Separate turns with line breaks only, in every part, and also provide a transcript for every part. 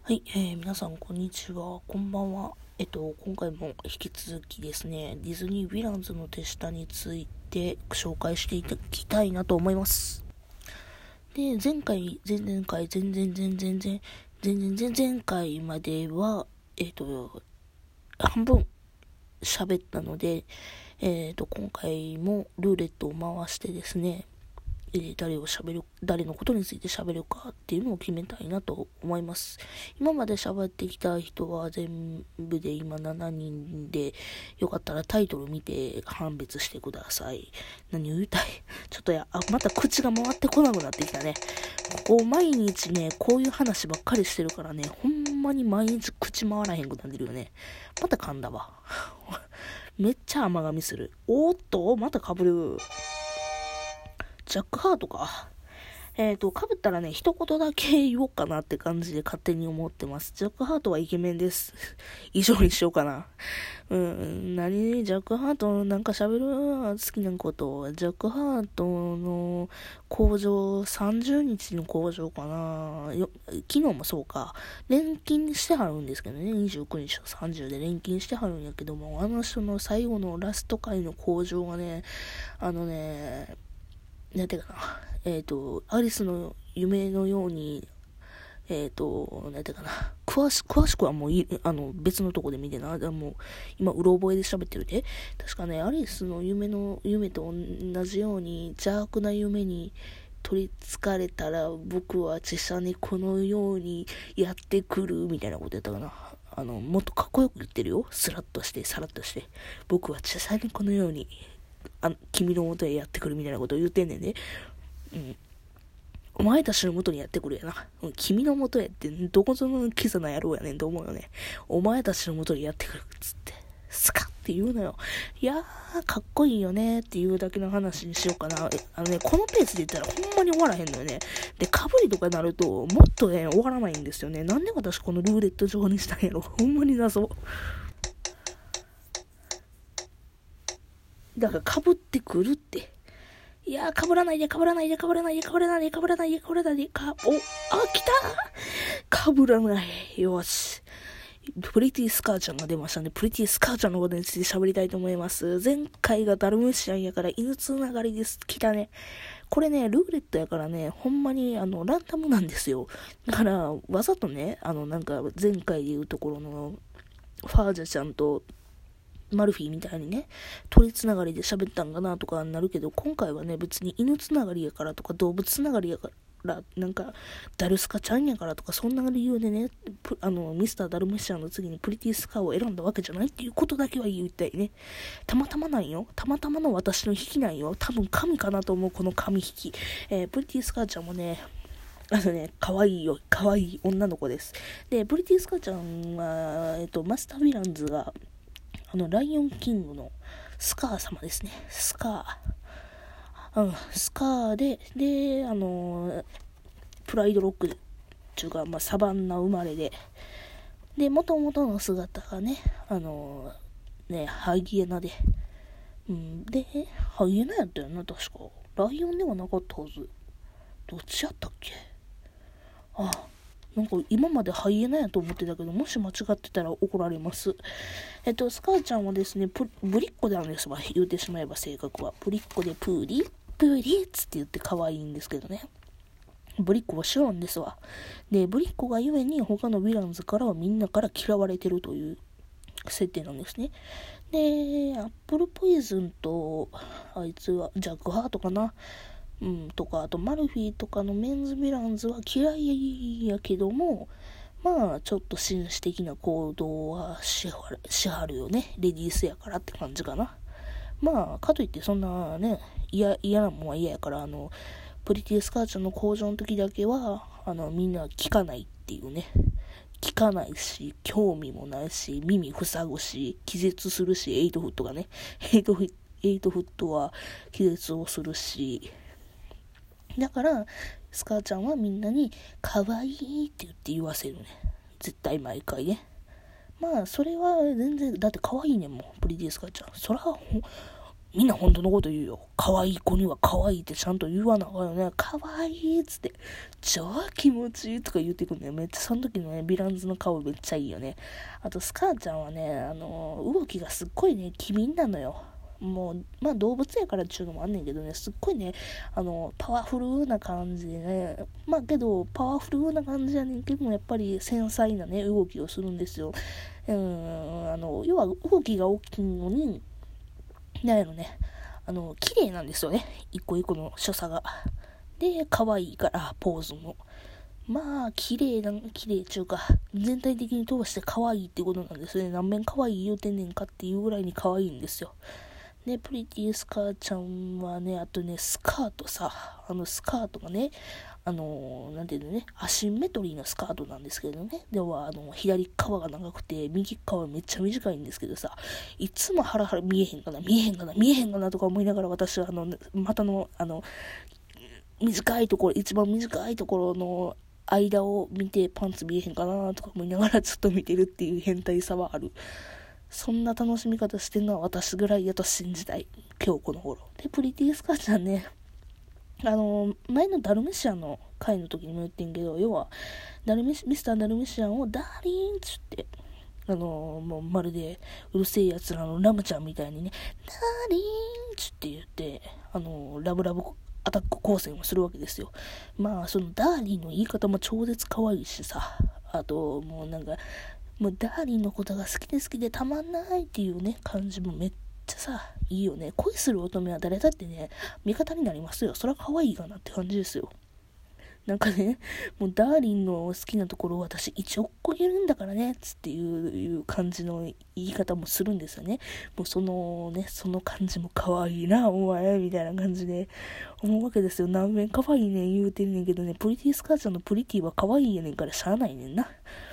はい、皆さんこんにちは、こんばんは。今回も引き続きですね、ディズニーヴィランズの手下について紹介していきたいなと思います。で、前回、前々回、前々回までは、半分喋ったので、今回もルーレットを回してですね、誰のことについて喋るかっていうのを決めたいなと思います。今まで喋ってきた人は全部で今7人で、よかったらタイトル見て判別してください。何を言いたいちょっとまた口が回ってこなくなってきたね。ここ毎日ね、こういう話ばっかりしてるからね、ほんまに毎日口回らへんくなってるよね。また噛んだわ。めっちゃ甘噛みする。おーっと、また被る。ジャックハートか。被ったらね、一言だけ言おうかなって感じで勝手に思ってます。ジャックハートはイケメンです。以上にしようかな。ジャックハートなんか喋る好きなこと。ジャックハートの工場、30日の工場かな。昨日もそうか。連勤してはるんですけどね。29日と30で連勤してはるんやけども、あの人の最後のラスト回の工場がね、なんていうかな、アリスの夢のように、なんていうかな、詳しくはもう別のとこで見てな、もう、今、うろ覚えで喋ってるで。確かね、アリスの夢と同じように、邪悪な夢に取り憑かれたら、僕は小さにこのようにやってくる、みたいなことやったかな。もっとかっこよく言ってるよ。スラッとして、さらっとして。僕は小さにこのように、君の元へやってくるみたいなことを言ってんねんね。お前たちの元にやってくるやな。君の元へってどこぞのキザな野郎やねんと思うよね。お前たちの元にやってくるっつって、スカッって言うのよ。いやー、かっこいいよねっていうだけの話にしようかな。このペースで言ったらほんまに終わらへんのよね。で、被りとかなると、もっとね、終わらないんですよね。なんで私このルーレット上にしたんやろ。ほんまに謎。だから被ってくるって。いやー、被らないで、被らないで、被らないで、被らないで、被らないで、被らないで、来た被らない。よし。プリティスカーちゃんが出ましたね。プリティスカーちゃんのことについて喋りたいと思います。前回がダルメシアンやから犬つながりです。来たね。これね、ルーレットやからね、ほんまに、ランダムなんですよ。だから、わざとね、前回で言うところの、ファージャちゃんと、マルフィみたいにね、鳥つながりで喋ったんかなとかなるけど、今回はね、別に犬つながりやからとか、動物つながりやから、ダルスカちゃんやからとか、そんな理由でね、ミスターダルメシアンの次にプリティスカーを選んだわけじゃないっていうことだけは言いたいね。たまたまなんよ。たまたまの私の引きなんよ。多分神かなと思う、この神引き。プリティスカーちゃんもね、可愛いよ。可愛い女の子です。で、プリティスカーちゃんは、マスター・ヴィランズが、ライオンキングのスカー様ですね。スカーで、プライドロックっていうか、サバンナ生まれで、で、元々の姿がね、ハイエナで、で、ハイエナやったよな、確か。ライオンではなかったはず。どっちやったっけ。なんか今までハイエナやと思ってたけど、もし間違ってたら怒られます。スカーちゃんはですね、ぶりっ子なんですわ。言うてしまえば性格は。ぶりっ子でプーリッツって言って可愛いんですけどね。ぶりっ子は知らんですわ。で、ぶりっ子がゆえに他のヴィランズからはみんなから嫌われてるという設定なんですね。で、アップルポイズンと、あいつはジャックハートかな。とか、あとマルフィとかのメンズヴィランズは嫌いやけども、ちょっと紳士的な行動はしはるよね。レディースやからって感じかな。かといってそんなね、嫌なもんは嫌やから、プリティスカーちゃんの工場の時だけは、みんな聞かないっていうね。聞かないし、興味もないし、耳塞ぐし、気絶するし、エイトフットがね。エイトフットは気絶をするし、だから、スカーちゃんはみんなに、可愛いって言わせるね。絶対毎回ね。それは全然、だって可愛いねんもん、プリティスカーちゃん。そら、 みんな本当のこと言うよ。可愛い子には可愛いってちゃんと言わなあかんよね。可愛いっつって、超気持ちいいとか言ってくるね。めっちゃその時のね、ヴィランズの顔めっちゃいいよね。あとスカーちゃんはね、動きがすっごいね、機敏なのよ。もう、まあ動物やからっていうのもあんねんけどね、すっごいね、パワフルな感じでね、まあけど、パワフルな感じやねんけども、やっぱり繊細なね、動きをするんですよ。要は動きが大きいのに、なんやろね、綺麗なんですよね。一個一個の所作が。で、可愛いから、ポーズも。まあ、綺麗っていうか、全体的に通して可愛いってことなんですよね。何遍可愛い言うてんねんかっていうぐらいに可愛いんですよ。で、プリティスカーちゃんはね、あとね、スカートさ、スカートがね、なんていうのね、アシンメトリーなスカートなんですけどね。では、左側が長くて、右側めっちゃ短いんですけどさ、いつもハラハラ見えへんかなとか思いながら私は股の、短いところ、一番短いところの間を見てパンツ見えへんかなとか思いながらずっと見てるっていう変態さはある。そんな楽しみ方してるのは私ぐらいやと信じたい。今日この頃。で、プリティスカーちゃんね、前のダルメシアンの回の時にも言ってんけど、要は、ミスターダルメシアンをダーリンっつって、もうまるでうるせえやつらのラムちゃんみたいにね、ダーリンっつって言って、ラブラブアタック光線をするわけですよ。まあ、そのダーリンの言い方も超絶可愛いしさ、あと、もうなんか、もうダーリンのことが好きでたまんないっていうね、感じもめっちゃさ、いいよね。恋する乙女は誰だってね、味方になりますよ。そりゃ可愛いかなって感じですよ。なんかね、もうダーリンの好きなところを私1億個言うんだからね、つっていう感じの言い方もするんですよね。もうその感じも可愛いな、お前、みたいな感じで思うわけですよ。何遍可愛いねん言うてんねんけどね、プリティスカーちゃんのプリティは可愛いやねんからしゃあないねんな。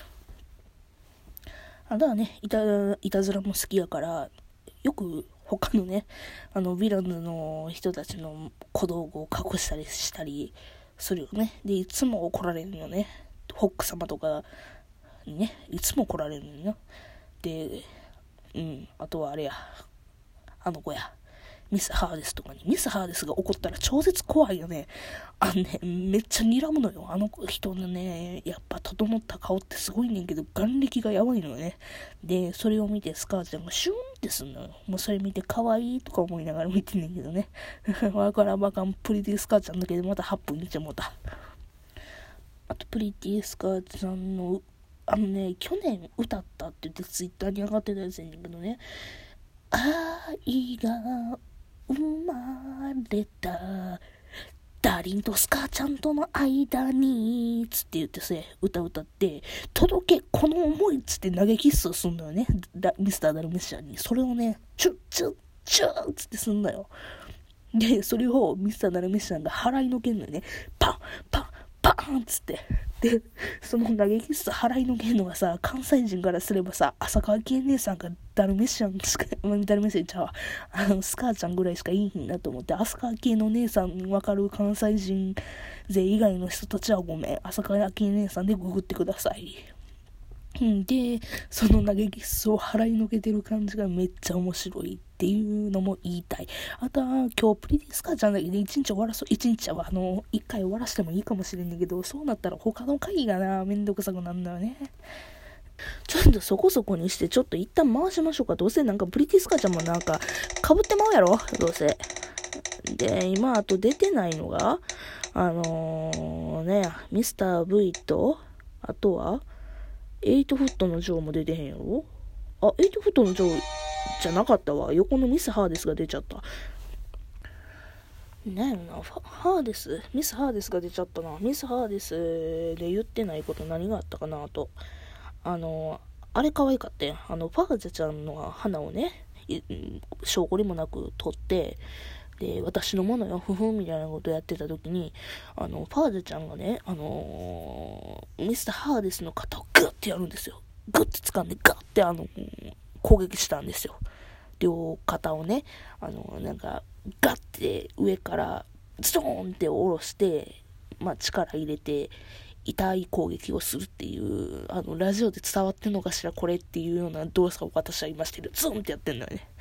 あとはね、いたずらも好きやから、よく他のね、ヴィランズの人たちの小道具を隠したりするよね。で、いつも怒られるよね。ホック様とかにね、いつも怒られるのよ。で、あとはあれや、あの子や。ミス・ハーデスとかに。ミス・ハーデスが怒ったら超絶怖いよね。めっちゃ睨むのよ。あの人のね、やっぱ整った顔ってすごいねんけど、眼力がやばいのよね。で、それを見てスカーちゃんがシューンってすんのよ。もうそれ見て可愛いとか思いながら見てんねんけどね。わからんプリティスカーちゃんだけでまた8分見てもうた。あと、プリティスカーちゃんの、去年歌ったって言ってツイッターに上がってたやつやねんけどね。愛が生まれたダーリンとスカーちゃんとの間につって言って歌って届けこの思いつって投げキッスをすんのよね、ミスターダルメシアンに。それをねチュッつってすんのよ。でそれをミスターダルメシアンが払いのけんのよね。パーンつって。で、その投げキッス払いのけんのがさ、関西人からすればさ、浅川圭姉さんがダルメシアンしか、ダルメシアンちゃうわ。スカーちゃんぐらいしかいいんだと思って、浅川圭の姉さんわかる関西人勢以外の人たちはごめん。浅川圭姉さんでググってください。で、その投げキッスを払いのけてる感じがめっちゃ面白いっていうのも言いたい。あとは、今日プリティスカーちゃんだけで1日は1回終わらしてもいいかもしれんねんけど、そうなったら他の回がな、めんどくさくなるんだよね。ちょっとそこそこにして、ちょっと一旦回しましょうか。どうせなんかプリティスカーちゃんもなんか、被ってまうやろどうせ。で、今、あと出てないのが、ミスター V と、あとは、8フットのジョーも出てへんやろ。8フットのジョーじゃなかったわ。横のミス・ハーデスが出ちゃった。なんやろな、ミス・ハーデスが出ちゃったな。ミス・ハーデスで言ってないこと何があったかなと。あれ可愛かったやん。ファーゼちゃんの花をね、証拠りもなく取って、で、私のものよ、みたいなことやってた時に、ファーゼちゃんがね、ミスターハーデスの肩をグッてやるんですよ。グッて掴んで、ガッて攻撃したんですよ。両肩をね、なんか、ガッて上からズドーンって下ろして、まあ力入れて、痛い攻撃をするっていう、ラジオで伝わってんのかしらこれっていうような動作を私は今してる。ズンってやってんだよね。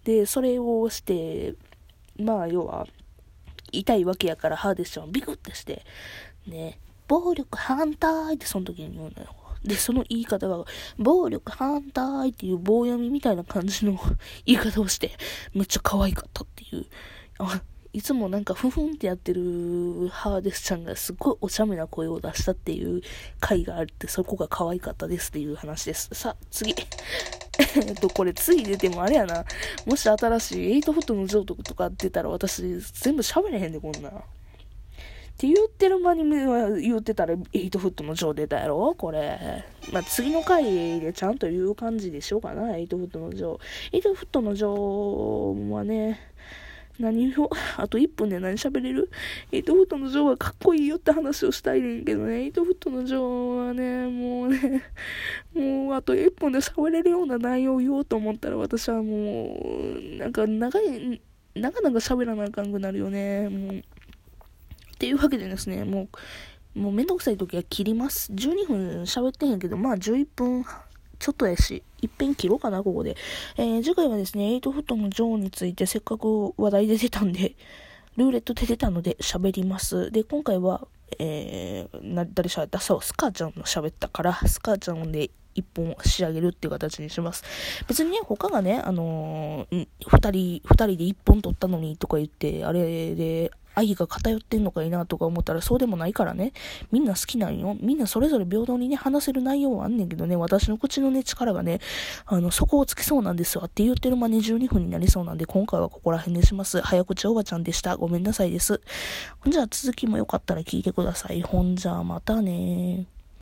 で、それをして、まあ、要は、痛いわけやから、ハーデスちゃんはビクってして、ね、暴力反対ってその時に言うのよ。で、その言い方が、暴力反対っていう棒読みみたいな感じの言い方をして、めっちゃ可愛かったっていう。いつもなんかふふんってやってるハーデスちゃんがすごいお茶目な声を出したっていう回があって、そこが可愛かったですっていう話です。さあ、次。これ次出てもあれやな。もし新しい8フットのジョーとか出たら私全部喋れへんで、こんな。って言ってる間に言ってたら8フットのジョー出たやろこれ。まあ、次の回でちゃんと言う感じでしょうかな、8フットのジョー。8フットのジョーはね、何を、あと1分で何喋れる ?8 フットのジョーはかっこいいよって話をしたいねんけどね、8フットのジョーはね、もうあと1分で喋れるような内容を言おうと思ったら私はもう、なんか長々喋らなあかんくなるよね、もう。っていうわけでですね、もうめんどくさい時は切ります。12分喋ってへんけど、まあ11分ちょっとやし、一遍切ろうかな、ここで。次回はですね、8フットのジョーについてせっかく話題で出たんで、ルーレットで出たので喋ります。で、今回は、誰喋ったそう、スカーちゃんの喋ったから、スカーちゃんで一本仕上げるっていう形にします。別にね、他がね、二人で一本取ったのにとか言って、あれで、愛が偏ってんのかいなとか思ったらそうでもないからね。みんな好きなんよ。みんなそれぞれ平等にね、話せる内容はあんねんけどね、私の口のね、力がね、そこをつきそうなんですわって言ってる間に12分になりそうなんで、今回はここら辺でします。早口おばちゃんでした。ごめんなさいです。ほんじゃあ続きもよかったら聞いてください。ほんじゃあまたねー。